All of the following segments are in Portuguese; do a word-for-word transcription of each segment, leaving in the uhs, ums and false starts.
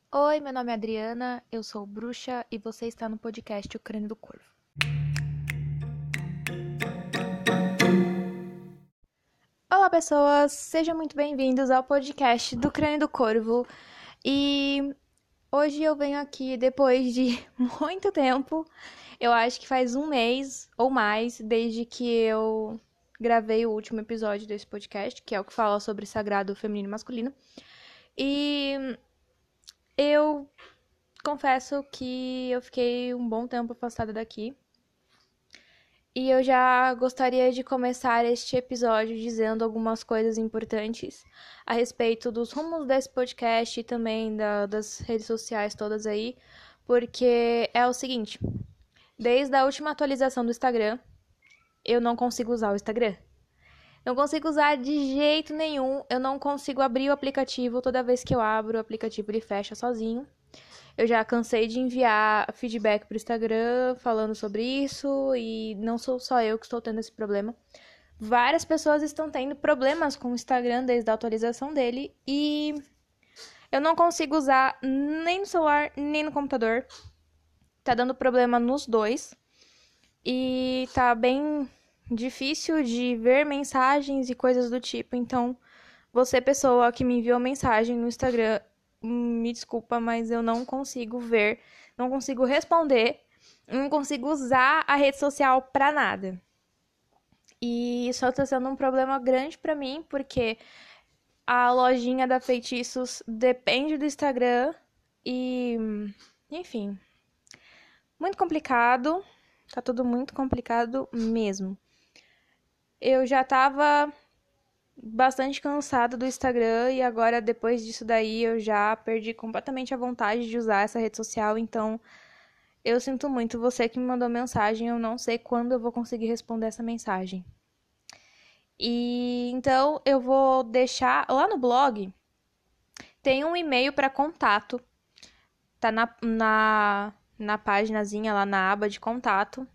Oi, meu nome é Adriana, eu sou bruxa e você está no podcast O Crânio do Corvo. Olá, pessoas, sejam muito bem-vindos ao podcast do Crânio do Corvo. E hoje eu venho aqui depois de muito tempo, eu acho que faz um mês ou mais, desde que eu gravei o último episódio desse podcast, que é o que fala sobre sagrado feminino e masculino. E eu confesso que eu fiquei um bom tempo afastada daqui. E eu já gostaria de começar este episódio dizendo algumas coisas importantes a respeito dos rumos desse podcast e também da, das redes sociais todas aí, porque é o seguinte: desde a última atualização do Instagram, eu não consigo usar o Instagram. Não consigo usar de jeito nenhum, eu não consigo abrir o aplicativo. Toda vez que eu abro o aplicativo, ele fecha sozinho. Eu já cansei de enviar feedback pro Instagram falando sobre isso e não sou só eu que estou tendo esse problema. Várias pessoas estão tendo problemas com o Instagram desde a atualização dele e eu não consigo usar nem no celular nem no computador. Tá dando problema nos dois e tá bem difícil de ver mensagens e coisas do tipo. Então, você, pessoa que me enviou mensagem no Instagram, me desculpa, mas eu não consigo ver, não consigo responder, não consigo usar a rede social pra nada. E isso tá sendo um problema grande pra mim, porque a lojinha da Feitiços depende do Instagram e, enfim, muito complicado. Tá tudo muito complicado mesmo. Eu já tava bastante cansada do Instagram e agora depois disso daí eu já perdi completamente a vontade de usar essa rede social, então eu sinto muito você que me mandou mensagem, eu não sei quando eu vou conseguir responder essa mensagem. E então eu vou deixar lá no blog, tem um e-mail para contato, tá na, na, na paginazinha lá na aba de contato.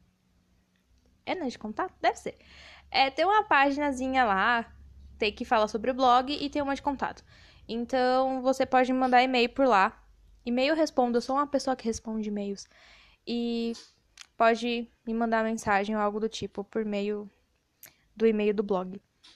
É na de contato? Deve ser. É, tem uma paginazinha lá, tem que fala sobre o blog e tem uma de contato. Então, você pode me mandar e-mail por lá. E-mail eu respondo, eu sou uma pessoa que responde e-mails. E pode me mandar mensagem ou algo do tipo por meio do e-mail do blog.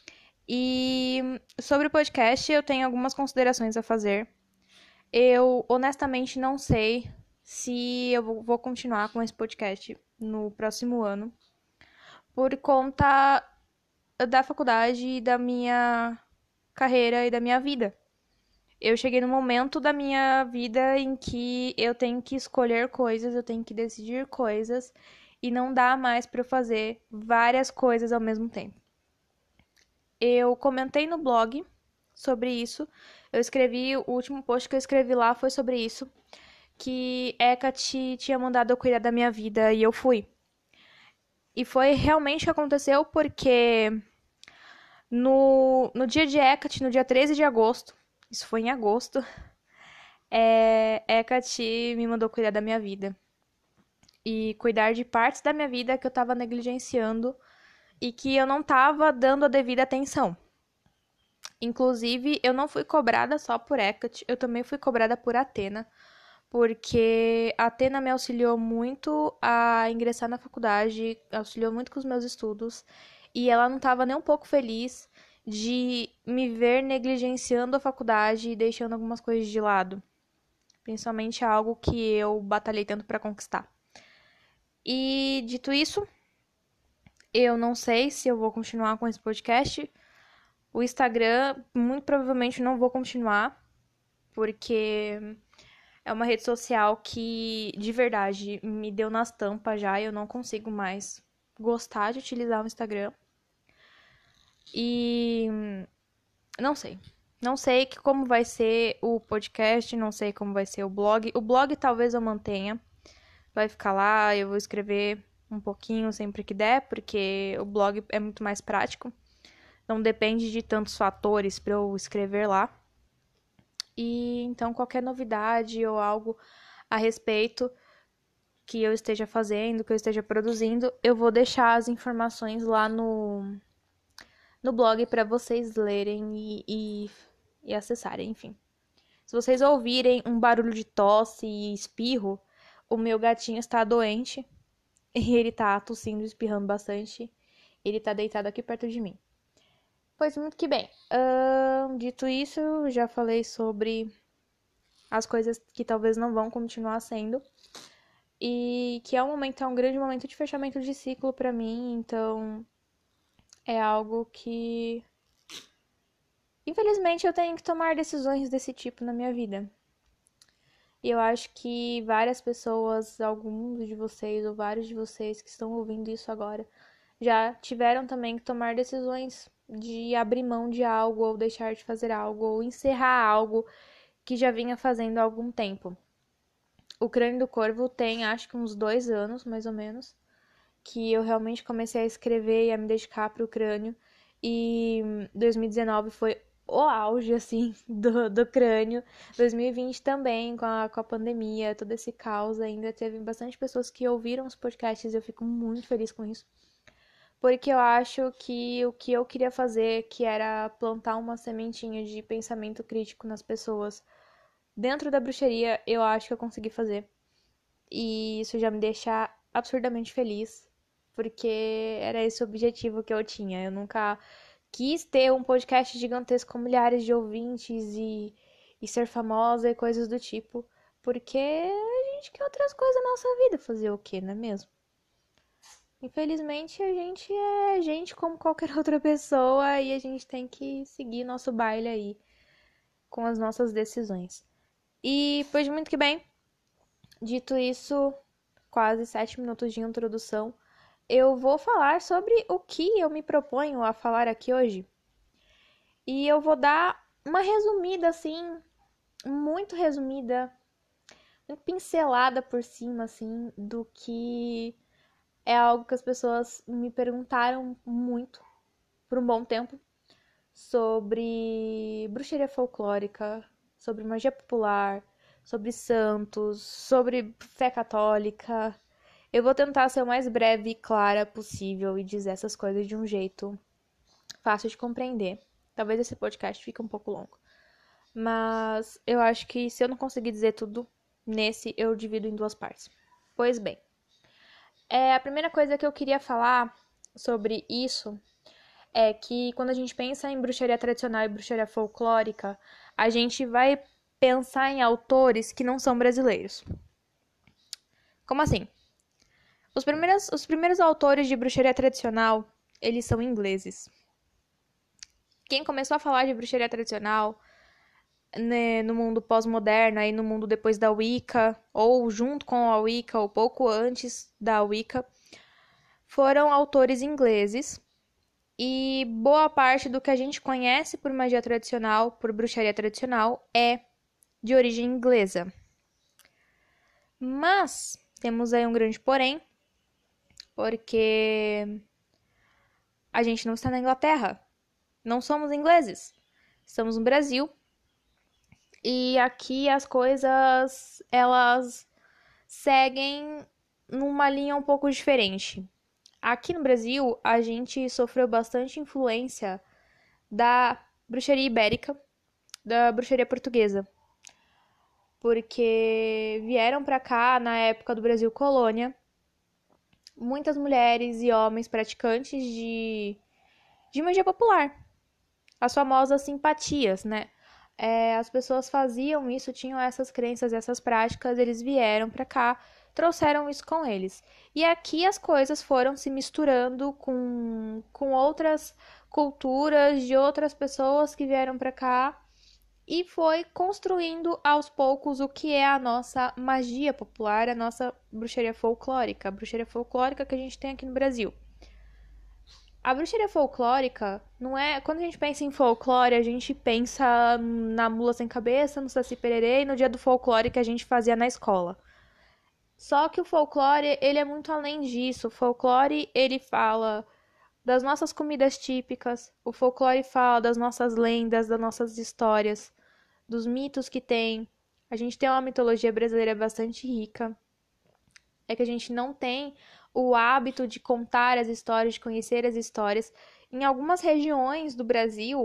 E sobre o podcast, eu tenho algumas considerações a fazer. Eu honestamente não sei se eu vou continuar com esse podcast no próximo ano, por conta da faculdade e da minha carreira e da minha vida. Eu cheguei no momento da minha vida em que eu tenho que escolher coisas, eu tenho que decidir coisas e não dá mais para eu fazer várias coisas ao mesmo tempo. Eu comentei no blog sobre isso. Eu escrevi, o último post que eu escrevi lá foi sobre isso, que Hecate tinha mandado eu cuidar da minha vida e eu fui. E foi realmente o que aconteceu porque no, no dia de Hecate, no dia treze de agosto, isso foi em agosto, é, Hecate me mandou cuidar da minha vida. E cuidar de partes da minha vida que eu tava negligenciando e que eu não tava dando a devida atenção. Inclusive, eu não fui cobrada só por Hecate, eu também fui cobrada por Atena, porque a Atena me auxiliou muito a ingressar na faculdade, auxiliou muito com os meus estudos, e ela não estava nem um pouco feliz de me ver negligenciando a faculdade e deixando algumas coisas de lado, principalmente algo que eu batalhei tanto para conquistar. E dito isso, eu não sei se eu vou continuar com esse podcast. O Instagram, muito provavelmente não vou continuar, porque é uma rede social que, de verdade, me deu nas tampas já e eu não consigo mais gostar de utilizar o Instagram. E não sei. Não sei que como vai ser o podcast, não sei como vai ser o blog. O blog talvez eu mantenha. Vai ficar lá, eu vou escrever um pouquinho sempre que der, porque o blog é muito mais prático. Não depende de tantos fatores para eu escrever lá. E então qualquer novidade ou algo a respeito que eu esteja fazendo, que eu esteja produzindo, eu vou deixar as informações lá no, no blog para vocês lerem e, e, e acessarem, enfim. Se vocês ouvirem um barulho de tosse e espirro, o meu gatinho está doente e ele tá tossindo e espirrando bastante. Ele tá deitado aqui perto de mim. Pois muito que bem. Ahn, dito isso, já falei sobre as coisas que talvez não vão continuar sendo. E que é um momento, é um grande momento de fechamento de ciclo pra mim, então é algo que infelizmente eu tenho que tomar decisões desse tipo na minha vida. E eu acho que várias pessoas, alguns de vocês ou vários de vocês que estão ouvindo isso agora, já tiveram também que tomar decisões de abrir mão de algo ou deixar de fazer algo ou encerrar algo que já vinha fazendo há algum tempo. O Crânio do Corvo tem, acho que uns dois anos, mais ou menos, que eu realmente comecei a escrever e a me dedicar para o crânio. E dois mil e dezenove foi o auge, assim, do, do crânio. dois mil e vinte também, com a, com a pandemia, todo esse caos ainda. Teve bastante pessoas que ouviram os podcasts e eu fico muito feliz com isso. Porque eu acho que o que eu queria fazer, que era plantar uma sementinha de pensamento crítico nas pessoas dentro da bruxaria, eu acho que eu consegui fazer. E isso já me deixa absurdamente feliz, porque era esse o objetivo que eu tinha. Eu nunca quis ter um podcast gigantesco com milhares de ouvintes e, e ser famosa e coisas do tipo, porque a gente quer outras coisas na nossa vida. Fazer o quê, não é mesmo? Infelizmente, a gente é gente como qualquer outra pessoa e a gente tem que seguir nosso baile aí com as nossas decisões. E, pois muito que bem, dito isso, quase sete minutos de introdução, eu vou falar sobre o que eu me proponho a falar aqui hoje. E eu vou dar uma resumida, assim, muito resumida, muito pincelada por cima, assim, do que é algo que as pessoas me perguntaram muito por um bom tempo sobre bruxaria folclórica, sobre magia popular, sobre santos, sobre fé católica. Eu vou tentar ser o mais breve e clara possível e dizer essas coisas de um jeito fácil de compreender. Talvez esse podcast fique um pouco longo. Mas eu acho que se eu não conseguir dizer tudo nesse, eu divido em duas partes. Pois bem, é, a primeira coisa que eu queria falar sobre isso é que quando a gente pensa em bruxaria tradicional e bruxaria folclórica, a gente vai pensar em autores que não são brasileiros. Como assim? Os primeiros, os primeiros autores de bruxaria tradicional, eles são ingleses. Quem começou a falar de bruxaria tradicional, né, no mundo pós-moderno, aí no mundo depois da Wicca, ou junto com a Wicca, ou pouco antes da Wicca, foram autores ingleses. E boa parte do que a gente conhece por magia tradicional, por bruxaria tradicional, é de origem inglesa. Mas temos aí um grande porém, porque a gente não está na Inglaterra. Não somos ingleses. Estamos no Brasil. E aqui as coisas, elas seguem numa linha um pouco diferente. Aqui no Brasil, a gente sofreu bastante influência da bruxaria ibérica, da bruxaria portuguesa. Porque vieram pra cá na época do Brasil colônia muitas mulheres e homens praticantes de, de magia popular. As famosas simpatias, né? É, as pessoas faziam isso, tinham essas crenças, essas práticas, eles vieram pra cá, trouxeram isso com eles. E aqui as coisas foram se misturando com, com outras culturas de outras pessoas que vieram pra cá e foi construindo aos poucos o que é a nossa magia popular, a nossa bruxaria folclórica, a bruxaria folclórica que a gente tem aqui no Brasil. A bruxaria folclórica não é. Quando a gente pensa em folclore, a gente pensa na mula sem cabeça, no Saci Pererê e no dia do folclore que a gente fazia na escola. Só que o folclore, ele é muito além disso. O folclore, ele fala das nossas comidas típicas. O folclore fala das nossas lendas, das nossas histórias, dos mitos que tem. A gente tem uma mitologia brasileira bastante rica. É que a gente não tem o hábito de contar as histórias, de conhecer as histórias. Em algumas regiões do Brasil,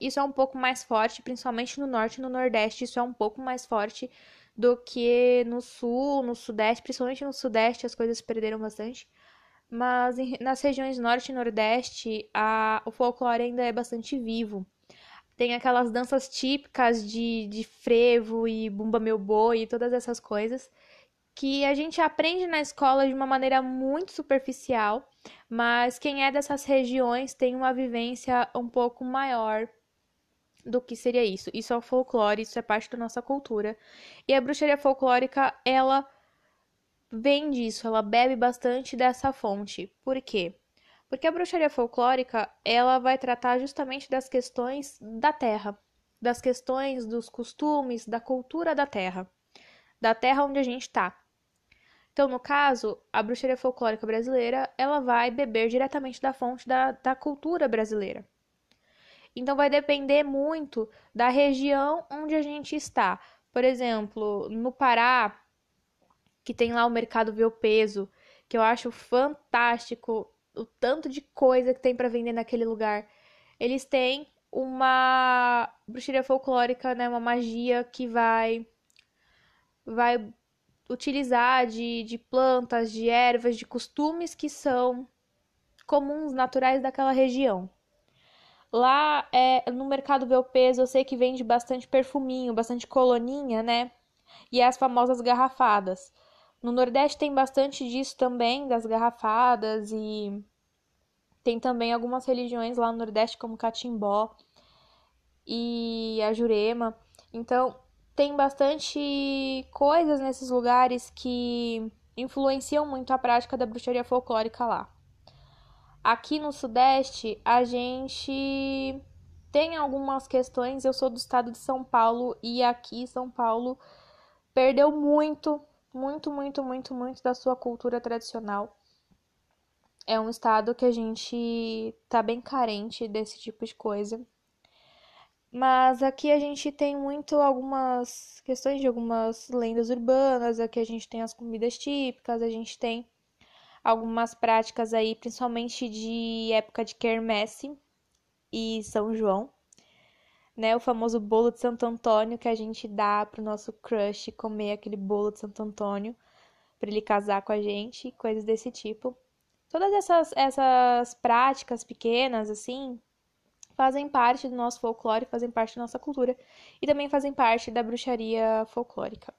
isso é um pouco mais forte, principalmente no norte e no nordeste, isso é um pouco mais forte do que no sul, no sudeste, principalmente no sudeste as coisas se perderam bastante. Mas em- nas regiões norte e nordeste, a, o folclore ainda é bastante vivo. Tem aquelas danças típicas de, de frevo e bumba meu boi e todas essas coisas que a gente aprende na escola de uma maneira muito superficial, mas quem é dessas regiões tem uma vivência um pouco maior do que seria isso. Isso é o folclore, isso é parte da nossa cultura. E a bruxaria folclórica, ela vem disso, ela bebe bastante dessa fonte. Por quê? Porque a bruxaria folclórica, ela vai tratar justamente das questões da terra, das questões dos costumes, da cultura da terra, da terra onde a gente está. Então, no caso, a bruxaria folclórica brasileira, ela vai beber diretamente da fonte da, da cultura brasileira. Então, vai depender muito da região onde a gente está. Por exemplo, no Pará, que tem lá o Mercado Ver o Peso, que eu acho fantástico o tanto de coisa que tem para vender naquele lugar. Eles têm uma bruxaria folclórica, né, uma magia que vai vai utilizar de, de plantas, de ervas, de costumes que são comuns, naturais daquela região. Lá é, no Mercado Ver o Peso, eu sei que vende bastante perfuminho, bastante coloninha, né? E as famosas garrafadas. No Nordeste tem bastante disso também, das garrafadas, e tem também algumas religiões lá no Nordeste, como Catimbó e a Jurema. Então, tem bastante coisas nesses lugares que influenciam muito a prática da bruxaria folclórica lá. Aqui no Sudeste, a gente tem algumas questões. Eu sou do estado de São Paulo e aqui São Paulo perdeu muito, muito, muito, muito, muito da sua cultura tradicional. É um estado que a gente tá bem carente desse tipo de coisa. Mas aqui a gente tem muito algumas questões de algumas lendas urbanas, aqui a gente tem as comidas típicas, a gente tem algumas práticas aí, principalmente de época de quermesse e São João, né? O famoso bolo de Santo Antônio que a gente dá pro nosso crush comer aquele bolo de Santo Antônio para ele casar com a gente, coisas desse tipo. Todas essas essas práticas pequenas assim, fazem parte do nosso folclore, fazem parte da nossa cultura e também fazem parte da bruxaria folclórica.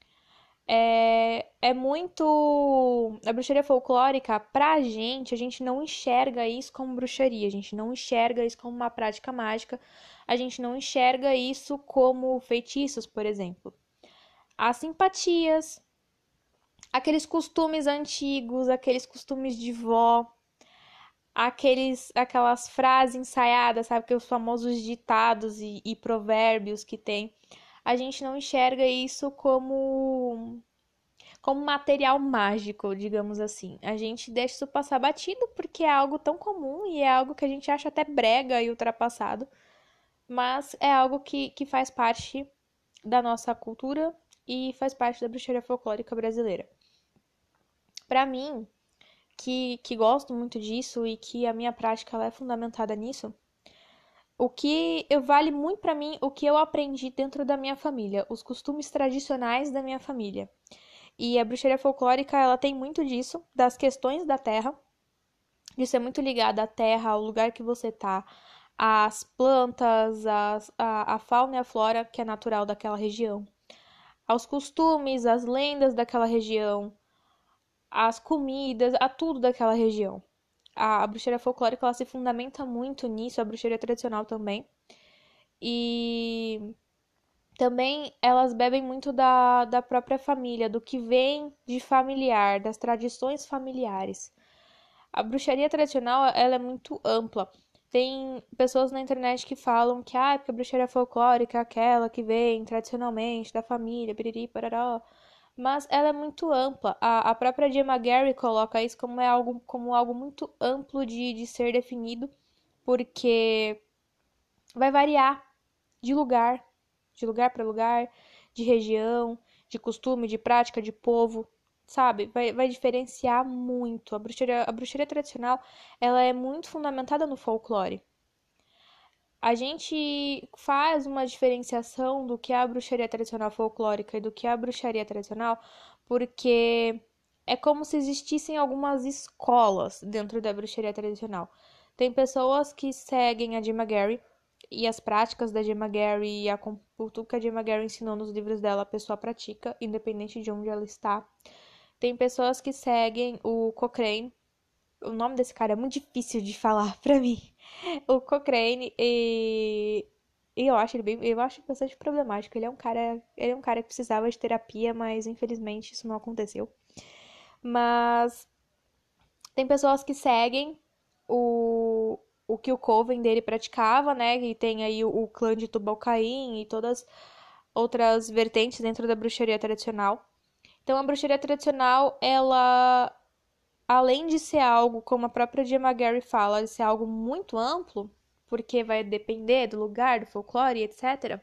É, é muito. A bruxaria folclórica, pra gente, a gente não enxerga isso como bruxaria, a gente não enxerga isso como uma prática mágica, a gente não enxerga isso como feitiços, por exemplo. As simpatias, aqueles costumes antigos, aqueles costumes de vó, aqueles, aquelas frases ensaiadas, sabe? Que os famosos ditados e, e provérbios que tem. A gente não enxerga isso como, como material mágico, digamos assim. A gente deixa isso passar batido porque é algo tão comum e é algo que a gente acha até brega e ultrapassado. Mas é algo que, que faz parte da nossa cultura e faz parte da bruxaria folclórica brasileira. Para mim, que, que gosto muito disso e que a minha prática ela é fundamentada nisso, o que eu vale muito para mim, o que eu aprendi dentro da minha família, os costumes tradicionais da minha família. E a bruxaria folclórica, ela tem muito disso, das questões da terra, de ser muito ligada à terra, ao lugar que você tá, às plantas, às, à, à fauna e à flora que é natural daquela região, aos costumes, às lendas daquela região, às comidas, a tudo daquela região. A, a bruxaria folclórica ela se fundamenta muito nisso, a bruxaria tradicional também. E também elas bebem muito da, da própria família, do que vem de familiar, das tradições familiares. A bruxaria tradicional ela é muito ampla. Tem pessoas na internet que falam que ah, porque a bruxaria folclórica é aquela que vem tradicionalmente da família, piriri, parará. Mas ela é muito ampla. A, a própria Gemma Gary coloca isso como, é algo, como algo muito amplo de, de ser definido, porque vai variar de lugar, de lugar para lugar, de região, de costume, de prática, de povo, sabe? Vai, vai diferenciar muito. A bruxaria, a bruxaria tradicional, ela é muito fundamentada no folclore. A gente faz uma diferenciação do que é a bruxaria tradicional folclórica e do que é a bruxaria tradicional, porque é como se existissem algumas escolas dentro da bruxaria tradicional. Tem pessoas que seguem a Gemma Gary e as práticas da Gemma Gary e a, tudo que a Gemma Gary ensinou nos livros dela, a pessoa pratica, independente de onde ela está. Tem pessoas que seguem o Cochrane. O nome desse cara é muito difícil de falar pra mim. O Cochrane e, e eu acho ele bem, eu acho bastante problemático. Ele é um cara, ele é um cara que precisava de terapia, mas infelizmente isso não aconteceu. Mas tem pessoas que seguem o, o que o Coven dele praticava, né? E tem aí o, o clã de Tubal-Caim e todas outras vertentes dentro da bruxaria tradicional. Então a bruxaria tradicional, ela, além de ser algo, como a própria Gemma Gary fala, de ser algo muito amplo, porque vai depender do lugar, do folclore, etcétera.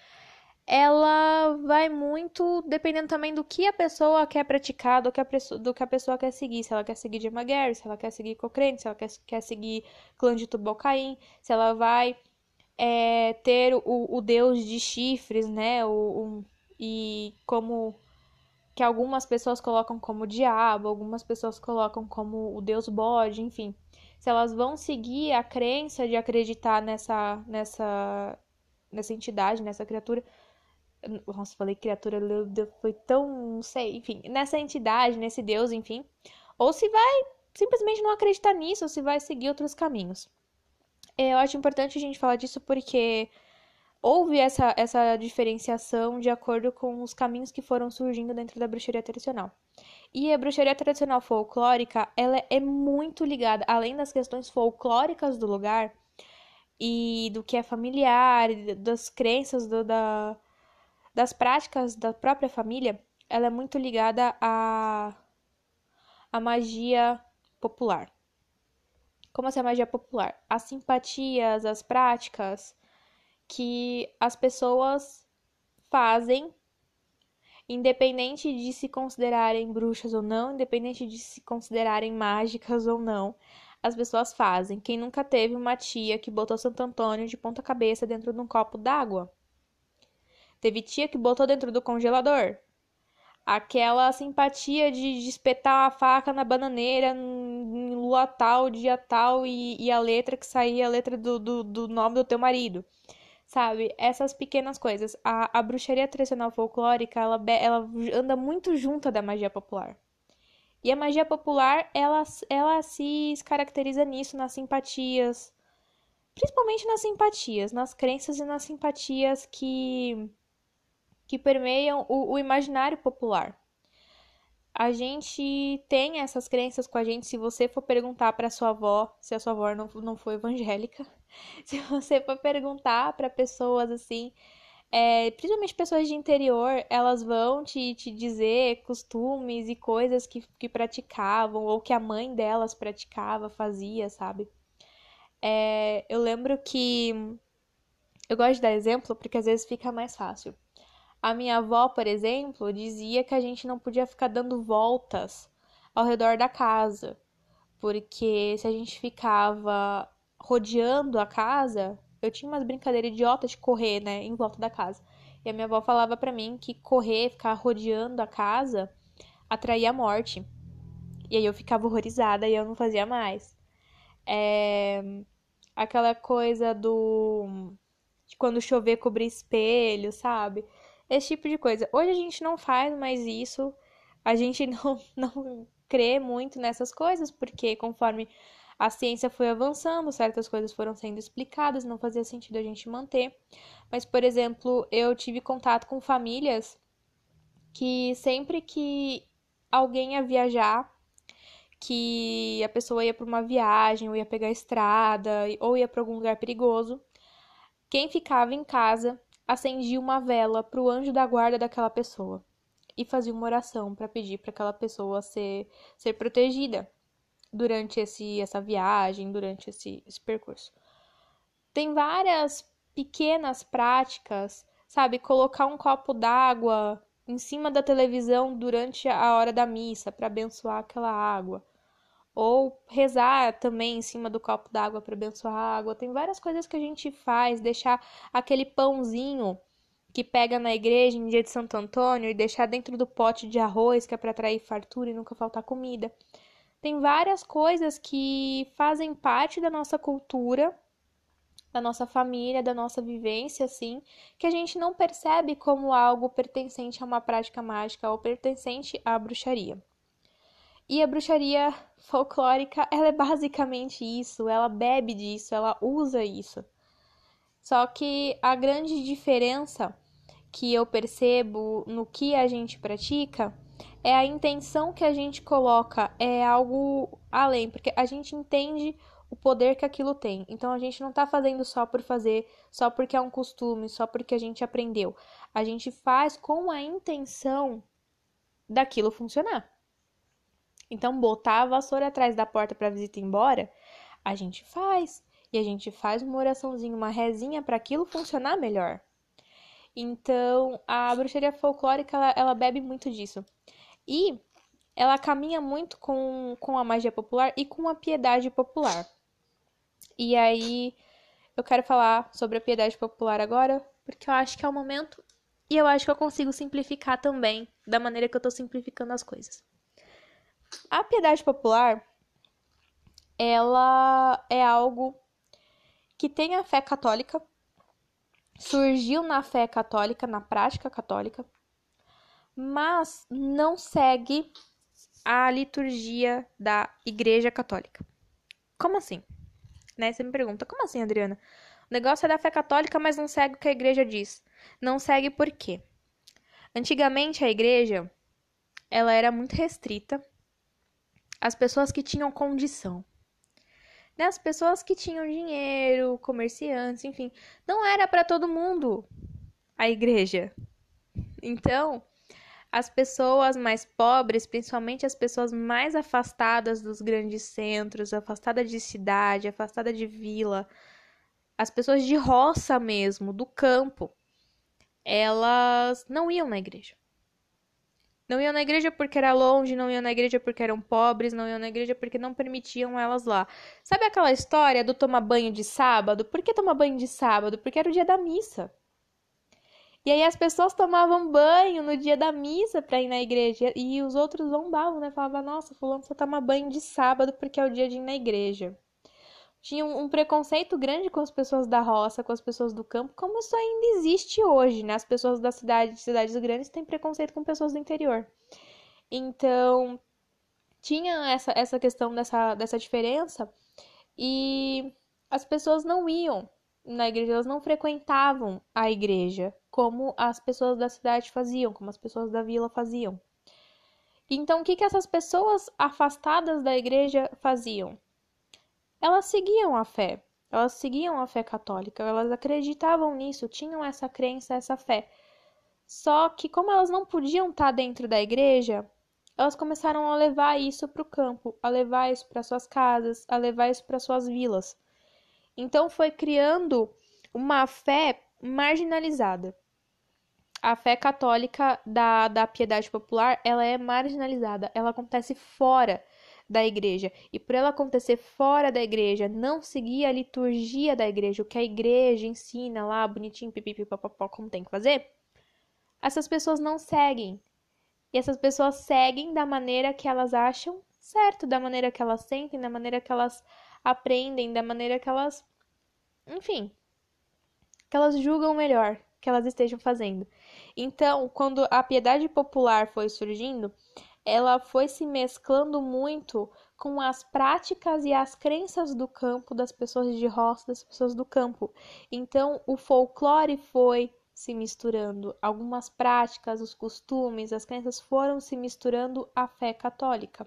Ela vai muito dependendo também do que a pessoa quer praticar, do que a pessoa, do que a pessoa quer seguir. Se ela quer seguir Gemma Gary, se ela quer seguir Cochrane, se ela quer, quer seguir clã de Tubal-Caim, se ela vai é, ter o, o deus de chifres, né? O, o, e como que algumas pessoas colocam como diabo, algumas pessoas colocam como o deus bode, enfim. Se elas vão seguir a crença de acreditar nessa, nessa, nessa entidade, nessa criatura. Nossa, falei criatura, foi tão. Não sei, enfim. Nessa entidade, nesse deus, enfim. Ou se vai simplesmente não acreditar nisso, ou se vai seguir outros caminhos. Eu acho importante a gente falar disso porque houve essa, essa diferenciação de acordo com os caminhos que foram surgindo dentro da bruxaria tradicional. E a bruxaria tradicional folclórica, ela é muito ligada, além das questões folclóricas do lugar e do que é familiar, das crenças, do, da, das práticas da própria família, ela é muito ligada à, à magia popular. Como assim a magia popular? As simpatias, as práticas que as pessoas fazem, independente de se considerarem bruxas ou não, independente de se considerarem mágicas ou não, as pessoas fazem. Quem nunca teve uma tia que botou Santo Antônio de ponta cabeça dentro de um copo d'água? Teve tia que botou dentro do congelador. Aquela simpatia de, de espetar a faca na bananeira em lua tal, dia tal, e, e a letra que saía, a letra do, do, do nome do teu marido. Sabe? Essas pequenas coisas. A, a bruxaria tradicional folclórica, ela, ela anda muito junta da magia popular. E a magia popular, ela, ela se caracteriza nisso, nas simpatias. Principalmente nas simpatias, nas crenças e nas simpatias que, que permeiam o, o imaginário popular. A gente tem essas crenças com a gente. Se você for perguntar para sua avó, se a sua avó não, não for evangélica, se você for perguntar para pessoas assim, é, principalmente pessoas de interior, elas vão te, te dizer costumes e coisas que, que praticavam ou que a mãe delas praticava, fazia, sabe? É, eu lembro que. Eu gosto de dar exemplo porque às vezes fica mais fácil. A minha avó, por exemplo, dizia que a gente não podia ficar dando voltas ao redor da casa, porque se a gente ficava rodeando a casa, eu tinha umas brincadeiras idiotas de correr, né, em volta da casa. E a minha avó falava pra mim que correr, ficar rodeando a casa, atraía a morte. E aí eu ficava horrorizada e eu não fazia mais. É... Aquela coisa do de quando chover cobrir espelho, sabe? Esse tipo de coisa. Hoje a gente não faz mais isso. A gente não, não crê muito nessas coisas, porque conforme a ciência foi avançando, certas coisas foram sendo explicadas, não fazia sentido a gente manter. Mas, por exemplo, eu tive contato com famílias que sempre que alguém ia viajar, que a pessoa ia para uma viagem, ou ia pegar a estrada, ou ia para algum lugar perigoso, quem ficava em casa acendia uma vela para o anjo da guarda daquela pessoa e fazia uma oração para pedir para aquela pessoa ser, ser protegida durante esse, essa viagem, durante esse, esse percurso. Tem várias pequenas práticas, sabe? Colocar um copo d'água em cima da televisão durante a hora da missa para abençoar aquela água. Ou rezar também em cima do copo d'água para abençoar a água. Tem várias coisas que a gente faz, deixar aquele pãozinho que pega na igreja em dia de Santo Antônio e deixar dentro do pote de arroz, que é para atrair fartura e nunca faltar comida. Tem várias coisas que fazem parte da nossa cultura, da nossa família, da nossa vivência, assim, que a gente não percebe como algo pertencente a uma prática mágica ou pertencente à bruxaria. E a bruxaria folclórica, ela é basicamente isso, ela bebe disso, ela usa isso. Só que a grande diferença que eu percebo no que a gente pratica é a intenção que a gente coloca, é algo além, porque a gente entende o poder que aquilo tem. Então a gente não tá fazendo só por fazer, só porque é um costume, só porque a gente aprendeu. A gente faz com a intenção daquilo funcionar. Então, botar a vassoura atrás da porta para a visita ir embora, a gente faz. E a gente faz uma oraçãozinha, uma rezinha para aquilo funcionar melhor. Então, a bruxaria folclórica, ela, ela bebe muito disso. E ela caminha muito com, com a magia popular e com a piedade popular. E aí, eu quero falar sobre a piedade popular agora, porque eu acho que é o momento e eu acho que eu consigo simplificar também, da maneira que eu tô simplificando as coisas. A piedade popular, ela é algo que tem a fé católica, surgiu na fé católica, na prática católica, mas não segue a liturgia da Igreja Católica. Como assim? Né? Você me pergunta, como assim, Adriana? O negócio é da fé católica, mas não segue o que a igreja diz. Não segue por quê? Antigamente a igreja, ela era muito restrita às pessoas que tinham condição. Né? As pessoas que tinham dinheiro, comerciantes, enfim. Não era para todo mundo a igreja. Então, as pessoas mais pobres, principalmente as pessoas mais afastadas dos grandes centros, afastadas de cidade, afastadas de vila, as pessoas de roça mesmo, do campo, elas não iam na igreja. Não iam na igreja porque era longe, não iam na igreja porque eram pobres, não iam na igreja porque não permitiam elas lá. Sabe aquela história do tomar banho de sábado? Por que tomar banho de sábado? Porque era o dia da missa. E aí as pessoas tomavam banho no dia da missa pra ir na igreja. E os outros zombavam, né? Falavam, nossa, fulano só toma banho de sábado porque é o dia de ir na igreja. Tinha um, um preconceito grande com as pessoas da roça, com as pessoas do campo, como isso ainda existe hoje, né? As pessoas da cidade, de cidades grandes, têm preconceito com pessoas do interior. Então, tinha essa, essa questão dessa, dessa diferença e as pessoas não iam na igreja, elas não frequentavam a igreja como as pessoas da cidade faziam, como as pessoas da vila faziam. Então, o que, que essas pessoas afastadas da igreja faziam? Elas seguiam a fé, elas seguiam a fé católica, elas acreditavam nisso, tinham essa crença, essa fé. Só que como elas não podiam estar dentro da igreja, elas começaram a levar isso para o campo, a levar isso para suas casas, a levar isso para suas vilas. Então foi criando uma fé marginalizada. A fé católica da, da piedade popular, ela é marginalizada, ela acontece fora da igreja. E por ela acontecer fora da igreja, não seguir a liturgia da igreja, o que a igreja ensina lá, bonitinho, pipipipopopó, como tem que fazer, essas pessoas não seguem. E essas pessoas seguem da maneira que elas acham certo, da maneira que elas sentem, da maneira que elas aprendem, da maneira que elas, enfim, que elas julgam melhor que elas estejam fazendo. Então, quando a piedade popular foi surgindo, ela foi se mesclando muito com as práticas e as crenças do campo, das pessoas de roça, das pessoas do campo. Então, o folclore foi se misturando, algumas práticas, os costumes, as crenças foram se misturando à fé católica.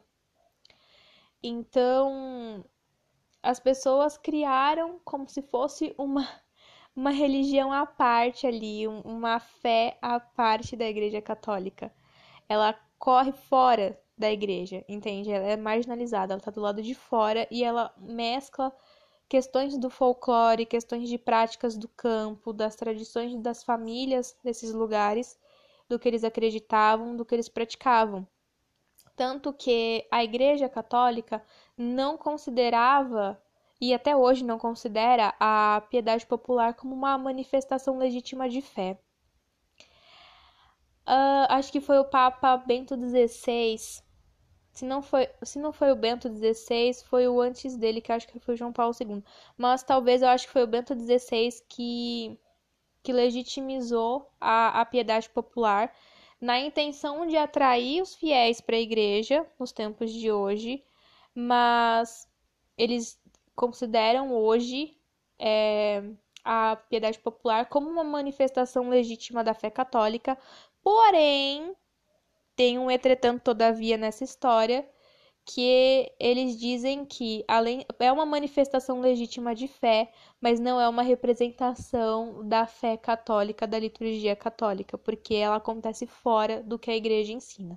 Então, as pessoas criaram como se fosse uma, uma religião à parte ali, uma fé à parte da Igreja Católica. Ela corre fora da igreja, entende? Ela é marginalizada, ela tá do lado de fora e ela mescla questões do folclore, questões de práticas do campo, das tradições das famílias desses lugares, do que eles acreditavam, do que eles praticavam. Tanto que a Igreja Católica não considerava, e até hoje não considera, a piedade popular como uma manifestação legítima de fé. Uh, acho que foi o Papa Bento dezesseis. Se não foi, se não foi o Bento dezesseis, foi o antes dele, que acho que foi o João Paulo segundo. Mas talvez eu acho que foi o Bento dezesseis que, que legitimizou a, a piedade popular na intenção de atrair os fiéis para a igreja nos tempos de hoje, mas eles consideram hoje é, a piedade popular como uma manifestação legítima da fé católica, porém tem um entretanto todavia nessa história que eles dizem que além é uma manifestação legítima de fé, mas não é uma representação da fé católica, da liturgia católica, porque ela acontece fora do que a igreja ensina.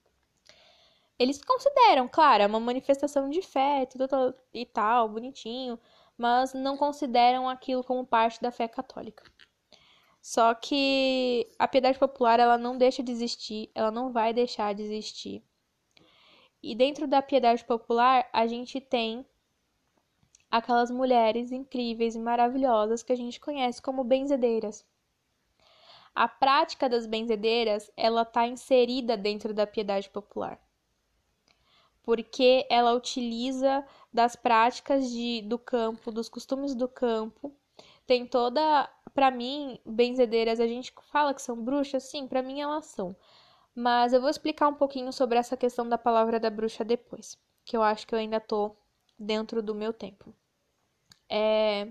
Eles consideram, claro, é uma manifestação de fé, tudo e tal, bonitinho, mas não consideram aquilo como parte da fé católica. Só que a piedade popular, ela não deixa de existir, ela não vai deixar de existir. E dentro da piedade popular, a gente tem aquelas mulheres incríveis e maravilhosas que a gente conhece como benzedeiras. A prática das benzedeiras, ela está inserida dentro da piedade popular, porque ela utiliza das práticas de, do campo, dos costumes do campo. Tem toda, para mim, benzedeiras, a gente fala que são bruxas, sim, para mim elas são. Mas eu vou explicar um pouquinho sobre essa questão da palavra da bruxa depois, que eu acho que eu ainda tô dentro do meu tempo. É,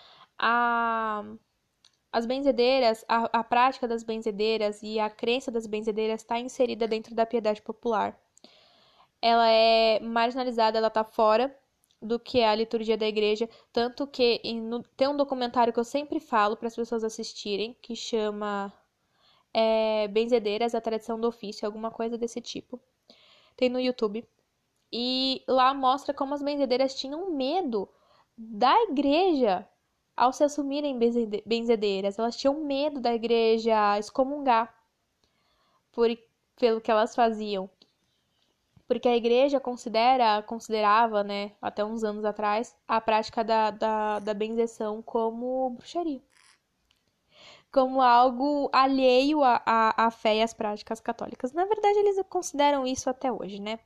a, as benzedeiras, a, a prática das benzedeiras e a crença das benzedeiras está inserida dentro da piedade popular. Ela é marginalizada, ela está fora do que é a liturgia da igreja, tanto que no, tem um documentário que eu sempre falo para as pessoas assistirem, que chama é, Benzedeiras, a tradição do ofício, alguma coisa desse tipo. Tem no YouTube. E lá mostra como as benzedeiras tinham medo da igreja ao se assumirem benzedeiras. Elas tinham medo da igreja excomungar por, pelo que elas faziam. Porque a igreja considera, considerava, né, até uns anos atrás, a prática da, da, da benzeção como bruxaria. Como algo alheio à, à, à fé e às práticas católicas. Na verdade, eles consideram isso até hoje, né?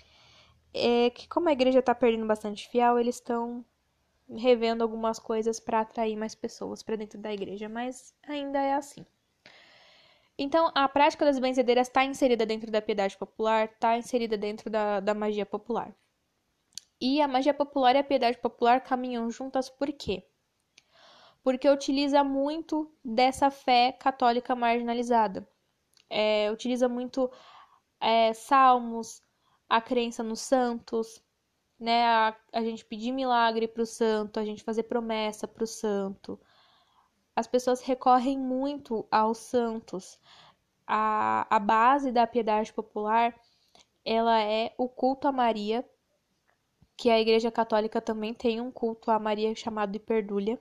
É que como a igreja está perdendo bastante fiel, eles estão revendo algumas coisas para atrair mais pessoas para dentro da igreja, mas ainda é assim. Então, a prática das benzedeiras está inserida dentro da piedade popular, está inserida dentro da, da magia popular. E a magia popular e a piedade popular caminham juntas por quê? Porque utiliza muito dessa fé católica marginalizada. É, utiliza muito é, salmos, a crença nos santos, né? A, a gente pedir milagre para o santo, a gente fazer promessa para o santo. As pessoas recorrem muito aos santos. A, a base da piedade popular, ela é o culto a Maria, que a Igreja Católica também tem um culto a Maria chamado Hiperdúlia,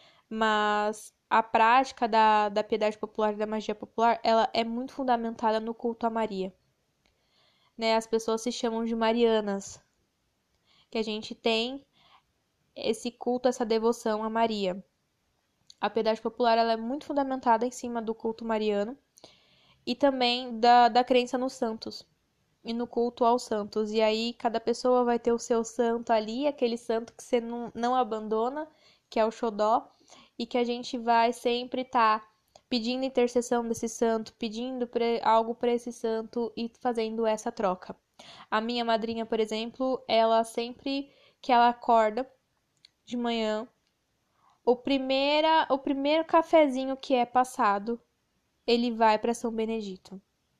mas a prática da, da piedade popular e da magia popular, ela é muito fundamentada no culto a Maria. Né? As pessoas se chamam de marianas, que a gente tem esse culto, essa devoção a Maria. A piedade popular, ela é muito fundamentada em cima do culto mariano e também da, da crença nos santos e no culto aos santos. E aí cada pessoa vai ter o seu santo ali, aquele santo que você não, não abandona, que é o Xodó, e que a gente vai sempre estar tá pedindo intercessão desse santo, pedindo pra, algo para esse santo e fazendo essa troca. A minha madrinha, por exemplo, ela sempre que ela acorda de manhã, o, primeira, o primeiro cafezinho que é passado, ele vai para São Benedito.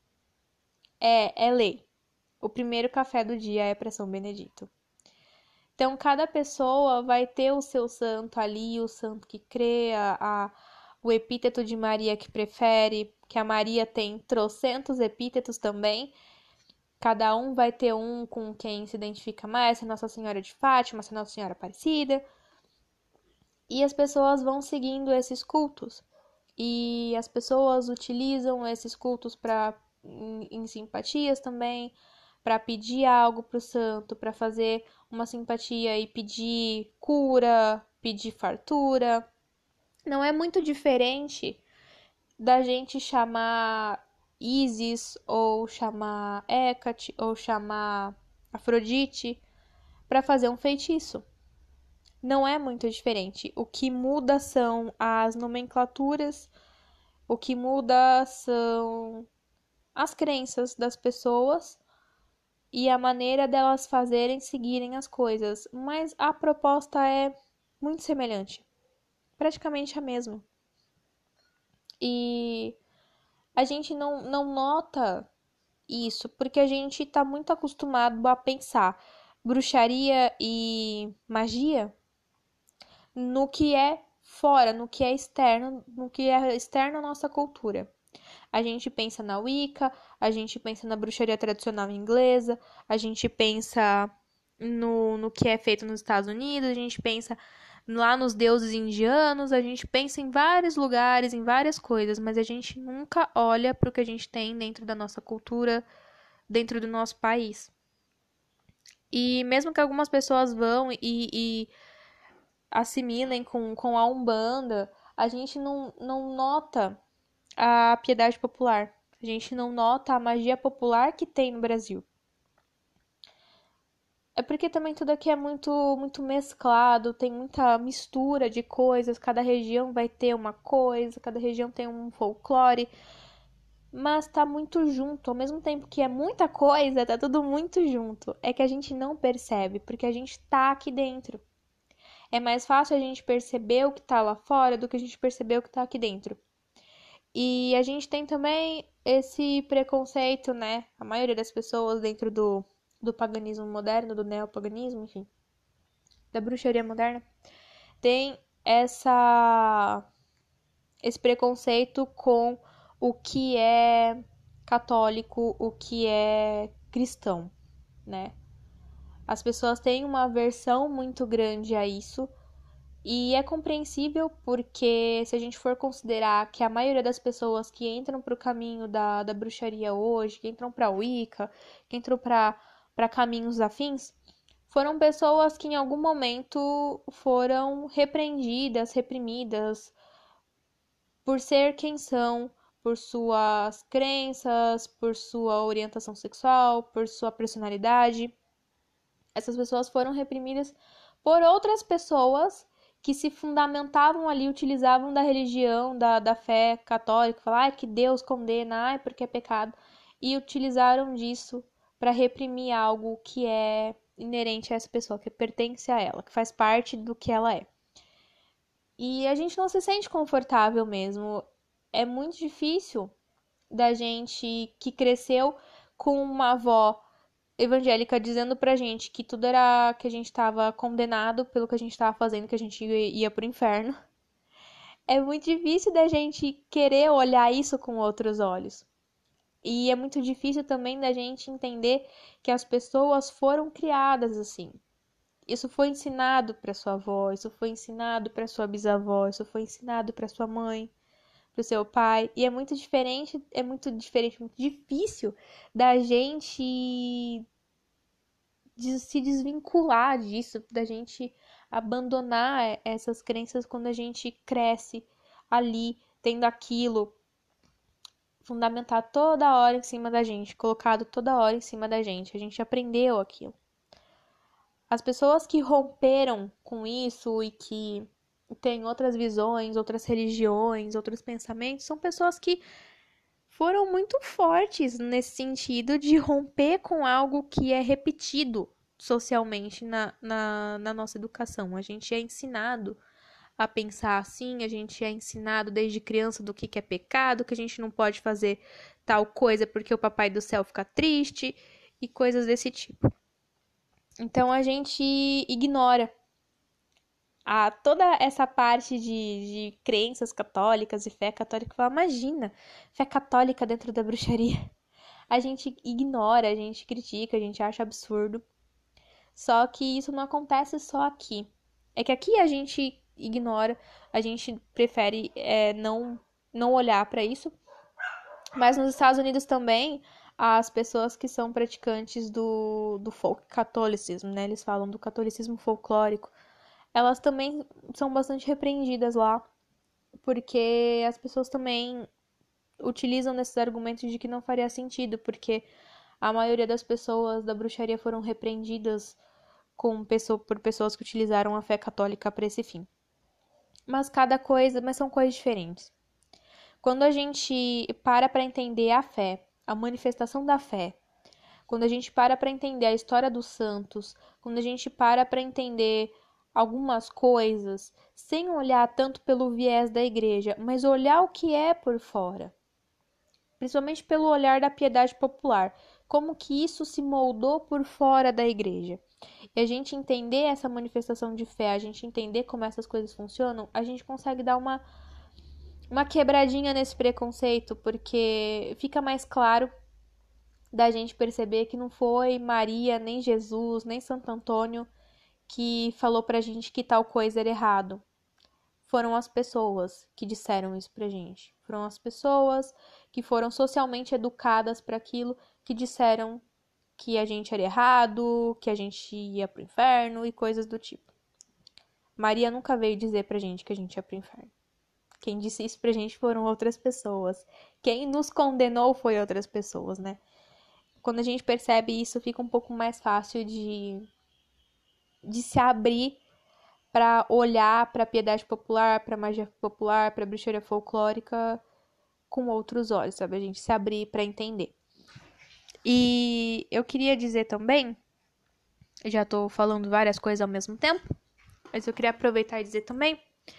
É, é lei. O primeiro café do dia é para São Benedito. Então, cada pessoa vai ter o seu santo ali, o santo que crê, a, a, o epíteto de Maria que prefere, que a Maria tem trocentos epítetos também. Cada um vai ter um com quem se identifica mais, se é Nossa Senhora de Fátima, se é Nossa Senhora Aparecida. E as pessoas vão seguindo esses cultos. E as pessoas utilizam esses cultos para em, em simpatias também, para pedir algo pro santo, para fazer uma simpatia e pedir cura, pedir fartura. Não é muito diferente da gente chamar Ísis ou chamar Hécate ou chamar Afrodite para fazer um feitiço. Não é muito diferente. O que muda são as nomenclaturas, o que muda são as crenças das pessoas e a maneira delas fazerem, seguirem as coisas. Mas a proposta é muito semelhante, praticamente a mesma. E a gente não, não nota isso, porque a gente está muito acostumado a pensar bruxaria e magia no que é fora, no que é externo, no que é externo à nossa cultura. A gente pensa na Wicca, a gente pensa na bruxaria tradicional inglesa, a gente pensa no, no que é feito nos Estados Unidos, a gente pensa lá nos deuses indianos, a gente pensa em vários lugares, em várias coisas, mas a gente nunca olha para o que a gente tem dentro da nossa cultura, dentro do nosso país. E mesmo que algumas pessoas vão e, e assimilem com, com a Umbanda, a gente não, não nota a piedade popular. A gente não nota a magia popular que tem no Brasil. É porque também tudo aqui é muito, muito mesclado, tem muita mistura de coisas, cada região vai ter uma coisa, cada região tem um folclore, mas tá muito junto, ao mesmo tempo que é muita coisa, tá tudo muito junto. É que a gente não percebe, porque a gente tá aqui dentro. É mais fácil a gente perceber o que tá lá fora do que a gente perceber o que tá aqui dentro. E a gente tem também esse preconceito, né? A maioria das pessoas dentro do, do paganismo moderno, do neopaganismo, enfim, da bruxaria moderna, tem essa esse preconceito com o que é católico, o que é cristão, né? As pessoas têm uma aversão muito grande a isso. E é compreensível porque se a gente for considerar que a maioria das pessoas que entram para o caminho da, da bruxaria hoje, que entram para a Wicca, que entram para caminhos afins, foram pessoas que em algum momento foram repreendidas, reprimidas por ser quem são, por suas crenças, por sua orientação sexual, por sua personalidade. Essas pessoas foram reprimidas por outras pessoas que se fundamentavam ali, utilizavam da religião, da, da fé católica, falar ah, que Deus condena, ah, porque é pecado, e utilizaram disso para reprimir algo que é inerente a essa pessoa, que pertence a ela, que faz parte do que ela é. E a gente não se sente confortável mesmo. É muito difícil da gente que cresceu com uma avó evangélica dizendo pra gente que tudo era que a gente estava condenado pelo que a gente estava fazendo, que a gente ia pro inferno. É muito difícil da gente querer olhar isso com outros olhos. E é muito difícil também da gente entender que as pessoas foram criadas assim. Isso foi ensinado para sua avó, isso foi ensinado para sua bisavó, isso foi ensinado para sua mãe, para o seu pai, e é muito diferente, é muito diferente, muito difícil da gente de se desvincular disso, da gente abandonar essas crenças quando a gente cresce ali, tendo aquilo fundamentado toda hora em cima da gente, colocado toda hora em cima da gente. A gente aprendeu aquilo. As pessoas que romperam com isso e que têm outras visões, outras religiões, outros pensamentos, são pessoas que foram muito fortes nesse sentido de romper com algo que é repetido socialmente na, na, na nossa educação. A gente é ensinado a pensar assim, a gente é ensinado desde criança do que, que é pecado, que a gente não pode fazer tal coisa porque o papai do céu fica triste e coisas desse tipo. Então a gente ignora a toda essa parte de, de crenças católicas e fé católica. Fala, imagina, fé católica dentro da bruxaria. A gente ignora, a gente critica, a gente acha absurdo. Só que isso não acontece só aqui. É que aqui a gente ignora, a gente prefere é, não, não olhar para isso. Mas nos Estados Unidos também as pessoas que são praticantes do, do folk catolicismo, né? Eles falam do catolicismo folclórico. Elas também são bastante repreendidas lá, porque as pessoas também utilizam desses argumentos de que não faria sentido, porque a maioria das pessoas da bruxaria foram repreendidas com pessoa, por pessoas que utilizaram a fé católica para esse fim. Mas cada coisa, mas são coisas diferentes. Quando a gente para para entender a fé, a manifestação da fé, quando a gente para para entender a história dos santos, quando a gente para para entender algumas coisas, sem olhar tanto pelo viés da igreja, mas olhar o que é por fora, principalmente pelo olhar da piedade popular, como que isso se moldou por fora da igreja. E a gente entender essa manifestação de fé, a gente entender como essas coisas funcionam, a gente consegue dar uma uma quebradinha nesse preconceito, porque fica mais claro da gente perceber que não foi Maria, nem Jesus, nem Santo Antônio que falou pra gente que tal coisa era errado. Foram as pessoas que disseram isso pra gente. Foram as pessoas que foram socialmente educadas para aquilo, que disseram que a gente era errado, que a gente ia pro inferno e coisas do tipo. Maria nunca veio dizer pra gente que a gente ia pro inferno. Quem disse isso pra gente foram outras pessoas. Quem nos condenou foi outras pessoas, né? Quando a gente percebe isso, fica um pouco mais fácil de, de se abrir para olhar para a piedade popular, para a magia popular, para a bruxaria folclórica com outros olhos, sabe? A gente se abrir para entender. E eu queria dizer também, eu já tô falando várias coisas ao mesmo tempo, mas eu queria aproveitar e dizer também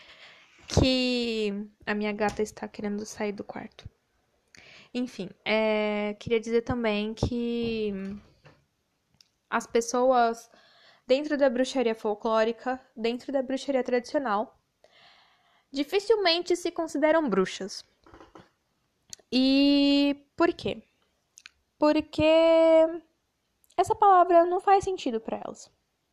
que a minha gata está querendo sair do quarto. Enfim, é, queria dizer também que as pessoas dentro da bruxaria folclórica, dentro da bruxaria tradicional, dificilmente se consideram bruxas. E por quê? Porque essa palavra não faz sentido para elas.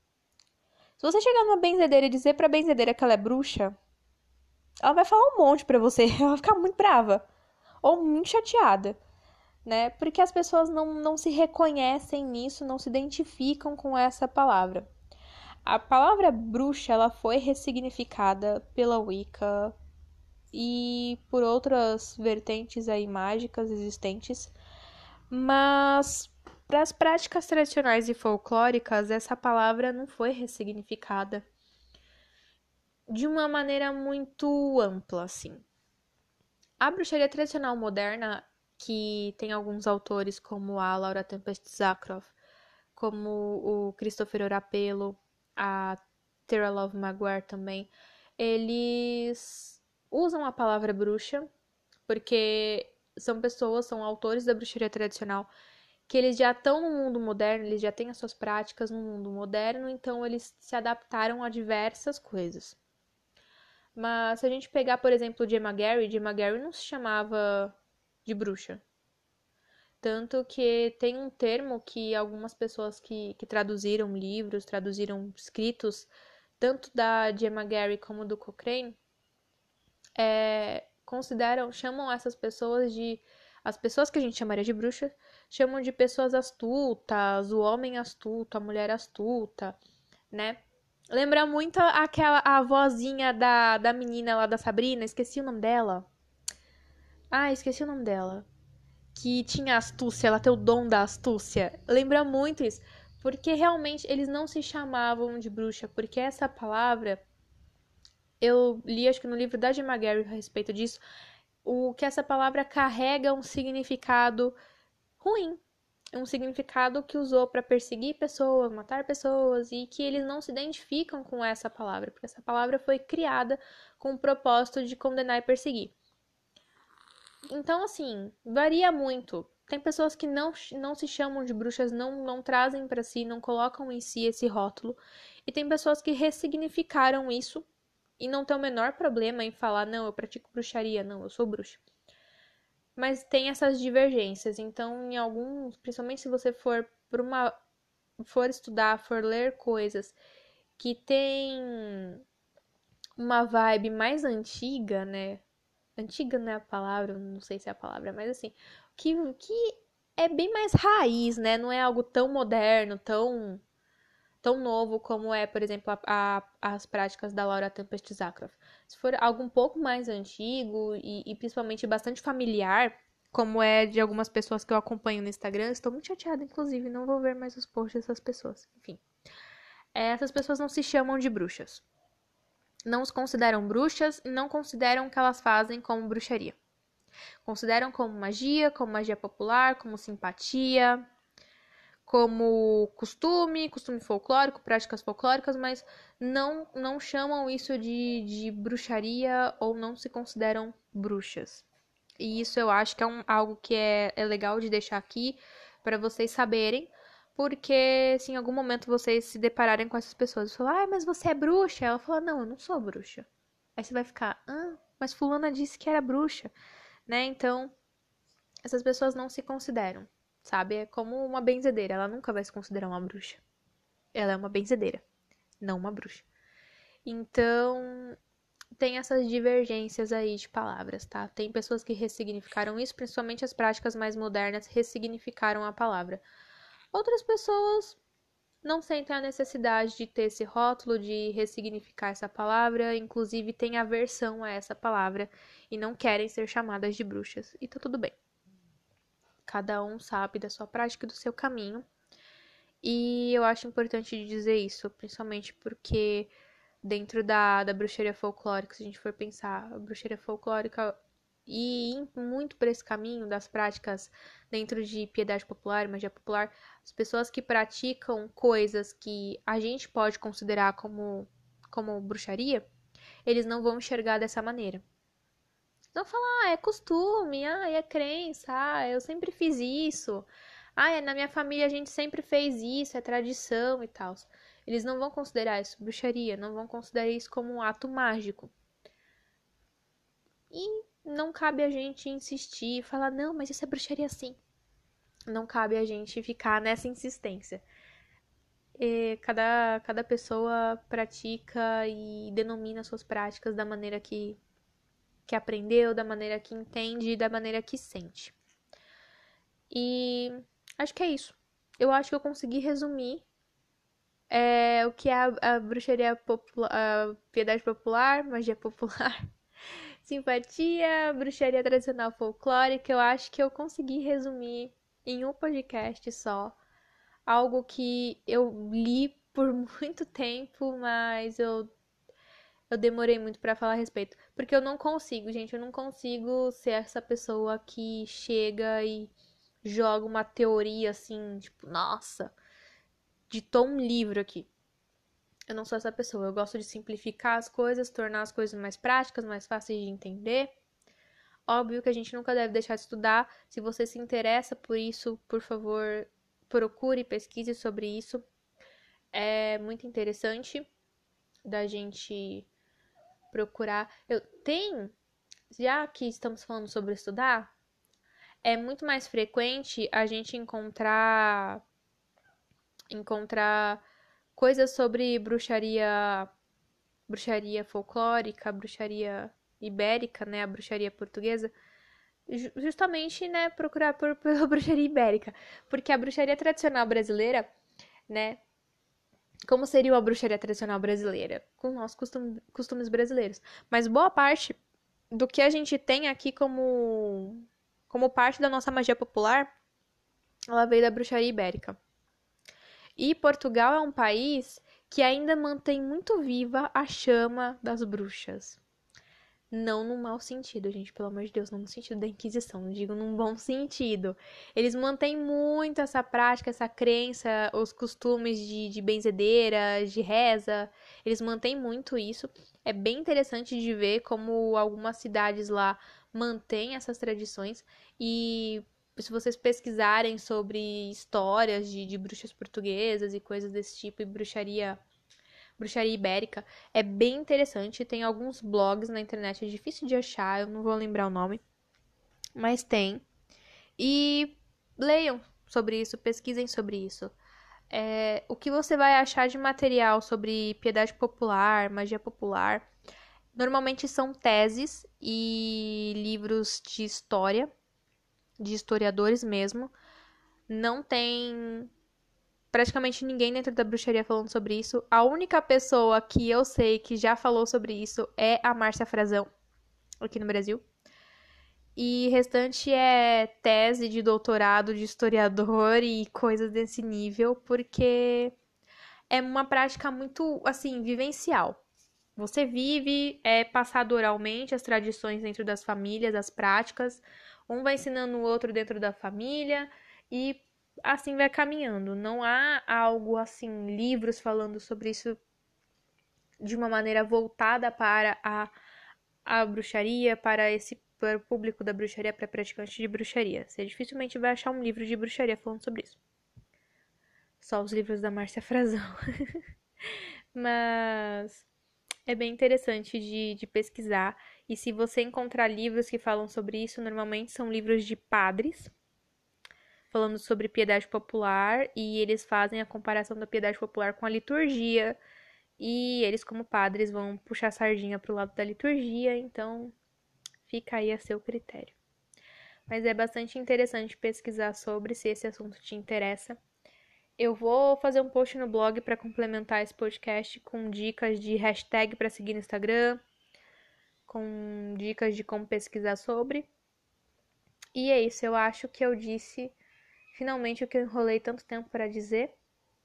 Se você chegar numa benzedeira e dizer pra benzedeira que ela é bruxa, ela vai falar um monte pra você, ela vai ficar muito brava ou muito chateada, né? Porque as pessoas não, não se reconhecem nisso, não se identificam com essa palavra. A palavra bruxa, ela foi ressignificada pela Wicca e por outras vertentes aí mágicas existentes, mas para as práticas tradicionais e folclóricas, essa palavra não foi ressignificada de uma maneira muito ampla, assim. A bruxaria tradicional moderna, que tem alguns autores como a Laura Tempest Zakroff, como o Christopher Orapello, a Tara Love Maguire também, eles usam a palavra bruxa porque são pessoas, são autores da bruxaria tradicional que eles já estão no mundo moderno, eles já têm as suas práticas no mundo moderno, então eles se adaptaram a diversas coisas. Mas se a gente pegar, por exemplo, Gemma Gary, Gemma Gary não se chamava de bruxa. Tanto que tem um termo que algumas pessoas que, que traduziram livros, traduziram escritos, tanto da Gemma Gary como do Cochrane, é, consideram, chamam essas pessoas de... As pessoas que a gente chamaria de bruxa, chamam de pessoas astutas, o homem astuto, a mulher astuta, né? Lembra muito aquela a vozinha da, da menina lá da Sabrina, esqueci o nome dela. Ah, esqueci o nome dela. Que tinha astúcia, ela tem o dom da astúcia. Lembra muito isso. Porque realmente eles não se chamavam de bruxa, porque essa palavra, eu li acho que no livro da Gemma Gary a respeito disso, o que essa palavra carrega um significado ruim. Um significado que usou para perseguir pessoas, matar pessoas, e que eles não se identificam com essa palavra, porque essa palavra foi criada com o propósito de condenar e perseguir. Então, assim, varia muito. Tem pessoas que não, não se chamam de bruxas, não, não trazem para si, não colocam em si esse rótulo. E tem pessoas que ressignificaram isso e não tem o menor problema em falar, não, eu pratico bruxaria, não, eu sou bruxa. Mas tem essas divergências. Então, em alguns, principalmente se você for por uma for estudar, for ler coisas que tem uma vibe mais antiga, né? Antiga não é a palavra, não sei se é a palavra, mas assim, que, que é bem mais raiz, né? Não é algo tão moderno, tão, tão novo como é, por exemplo, a, a, as práticas da Laura Tempest Zakroff. Se for algo um pouco mais antigo e, e principalmente bastante familiar, como é de algumas pessoas que eu acompanho no Instagram, estou muito chateada, inclusive, não vou ver mais os posts dessas pessoas. Enfim, essas pessoas não se chamam de bruxas. Não os consideram bruxas e não consideram o que elas fazem como bruxaria. Consideram como magia, como magia popular, como simpatia, como costume, costume folclórico, práticas folclóricas, mas não, não chamam isso de, de bruxaria ou não se consideram bruxas. E isso eu acho que é um, algo que é, é legal de deixar aqui para vocês saberem, porque se em algum momento vocês se depararem com essas pessoas e falar, ah, mas você é bruxa? Ela fala, não, eu não sou bruxa. Aí você vai ficar, ah, mas fulana disse que era bruxa, né? Então, essas pessoas não se consideram, sabe? É como uma benzedeira, ela nunca vai se considerar uma bruxa. Ela é uma benzedeira, não uma bruxa. Então, tem essas divergências aí de palavras, tá? Tem pessoas que ressignificaram isso, principalmente as práticas mais modernas ressignificaram a palavra. Outras pessoas não sentem a necessidade de ter esse rótulo, de ressignificar essa palavra, inclusive têm aversão a essa palavra e não querem ser chamadas de bruxas. E tá tudo bem. Cada um sabe da sua prática e do seu caminho. E eu acho importante dizer isso, principalmente porque dentro da, da bruxaria folclórica, se a gente for pensar, a bruxaria folclórica e ir muito por esse caminho das práticas dentro de piedade popular, magia popular, as pessoas que praticam coisas que a gente pode considerar como, como bruxaria, eles não vão enxergar dessa maneira. Não falar, ah, é costume, ah, é crença, ah, eu sempre fiz isso, ah, na minha família a gente sempre fez isso, é tradição e tal. Eles não vão considerar isso bruxaria, não vão considerar isso como um ato mágico. E não cabe a gente insistir e falar, não, mas isso é bruxaria sim. Não cabe a gente ficar nessa insistência. E cada, cada pessoa pratica e denomina suas práticas da maneira que, que aprendeu, da maneira que entende e da maneira que sente. E acho que é isso. Eu acho que eu consegui resumir é, o que é a, a bruxaria popular, a piedade popular, magia popular, simpatia, bruxaria tradicional folclórica. Eu acho que eu consegui resumir em um podcast só. Algo que eu li por muito tempo, mas eu, eu demorei muito pra falar a respeito. Porque eu não consigo, gente, eu não consigo ser essa pessoa que chega e joga uma teoria assim, tipo, nossa, ditou um livro aqui. Eu não sou essa pessoa. Eu gosto de simplificar as coisas, tornar as coisas mais práticas, mais fáceis de entender. Óbvio que a gente nunca deve deixar de estudar. Se você se interessa por isso, por favor, procure e pesquise sobre isso. É muito interessante da gente procurar. Eu tenho, já que estamos falando sobre estudar, é muito mais frequente a gente encontrar encontrar coisas sobre bruxaria, bruxaria folclórica, bruxaria ibérica, né, a bruxaria portuguesa, justamente, né, procurar por, pela bruxaria ibérica, porque a bruxaria tradicional brasileira, né, como seria a bruxaria tradicional brasileira? Com nossos costum, costumes brasileiros. Mas boa parte do que a gente tem aqui como, como parte da nossa magia popular, ela veio da bruxaria ibérica. E Portugal é um país que ainda mantém muito viva a chama das bruxas. Não no mau sentido, gente, pelo amor de Deus, não no sentido da Inquisição, não digo num bom sentido. Eles mantêm muito essa prática, essa crença, os costumes de, de benzedeira, de reza, eles mantêm muito isso. É bem interessante de ver como algumas cidades lá mantêm essas tradições e se vocês pesquisarem sobre histórias de, de bruxas portuguesas e coisas desse tipo, e bruxaria bruxaria ibérica, é bem interessante. Tem alguns blogs na internet, é difícil de achar, eu não vou lembrar o nome, mas tem. E leiam sobre isso, pesquisem sobre isso. É, o que você vai achar de material sobre piedade popular, magia popular, normalmente são teses e livros de história, de historiadores mesmo, Não tem praticamente ninguém dentro da bruxaria falando sobre isso. A única pessoa que eu sei que já falou sobre isso é a Márcia Frazão, aqui no Brasil. E restante é tese de doutorado de historiador e coisas desse nível, porque é uma prática muito, assim, vivencial. Você vive, é passado oralmente as tradições dentro das famílias, as práticas. Um vai ensinando o outro dentro da família e assim vai caminhando. Não há algo assim, livros falando sobre isso de uma maneira voltada para a, a bruxaria, para esse para o público da bruxaria, para praticante de bruxaria. Você dificilmente vai achar um livro de bruxaria falando sobre isso. Só os livros da Márcia Frazão. Mas é bem interessante de, de pesquisar. E se você encontrar livros que falam sobre isso, normalmente são livros de padres, falando sobre piedade popular, e eles fazem a comparação da piedade popular com a liturgia. E eles, como padres, vão puxar a sardinha pro lado da liturgia, então fica aí a seu critério. Mas é bastante interessante pesquisar sobre, se esse assunto te interessa. Eu vou fazer um post no blog para complementar esse podcast com dicas de hashtag para seguir no Instagram, com dicas de como pesquisar sobre. E é isso, eu acho que eu disse finalmente o que eu enrolei tanto tempo para dizer.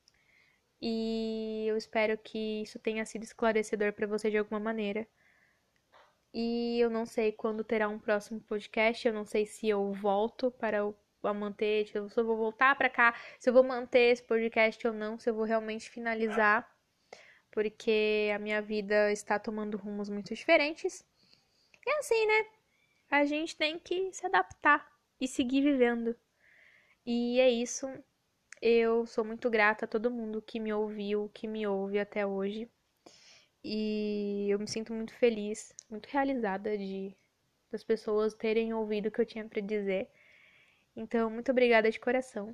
E eu espero que isso tenha sido esclarecedor para você de alguma maneira. E eu não sei quando terá um próximo podcast, eu não sei se eu volto para o a manter, se eu vou voltar para cá, se eu vou manter esse podcast ou não, se eu vou realmente finalizar, porque a minha vida está tomando rumos muito diferentes. E é assim, né? A gente tem que se adaptar e seguir vivendo. E é isso. Eu sou muito grata a todo mundo que me ouviu, que me ouve até hoje. E eu me sinto muito feliz, muito realizada de das pessoas terem ouvido o que eu tinha para dizer. Então, muito obrigada de coração.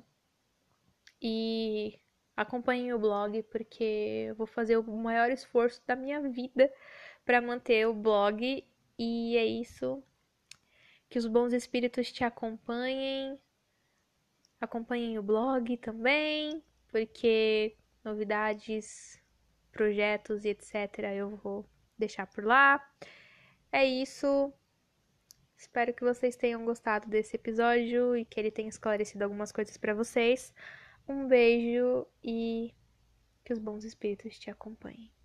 E acompanhem o blog, porque eu vou fazer o maior esforço da minha vida para manter o blog. E é isso. Que os bons espíritos te acompanhem. Acompanhem o blog também, porque novidades, projetos e etcétera eu vou deixar por lá. É isso. Espero que vocês tenham gostado desse episódio e que ele tenha esclarecido algumas coisas para vocês. Um beijo e que os bons espíritos te acompanhem.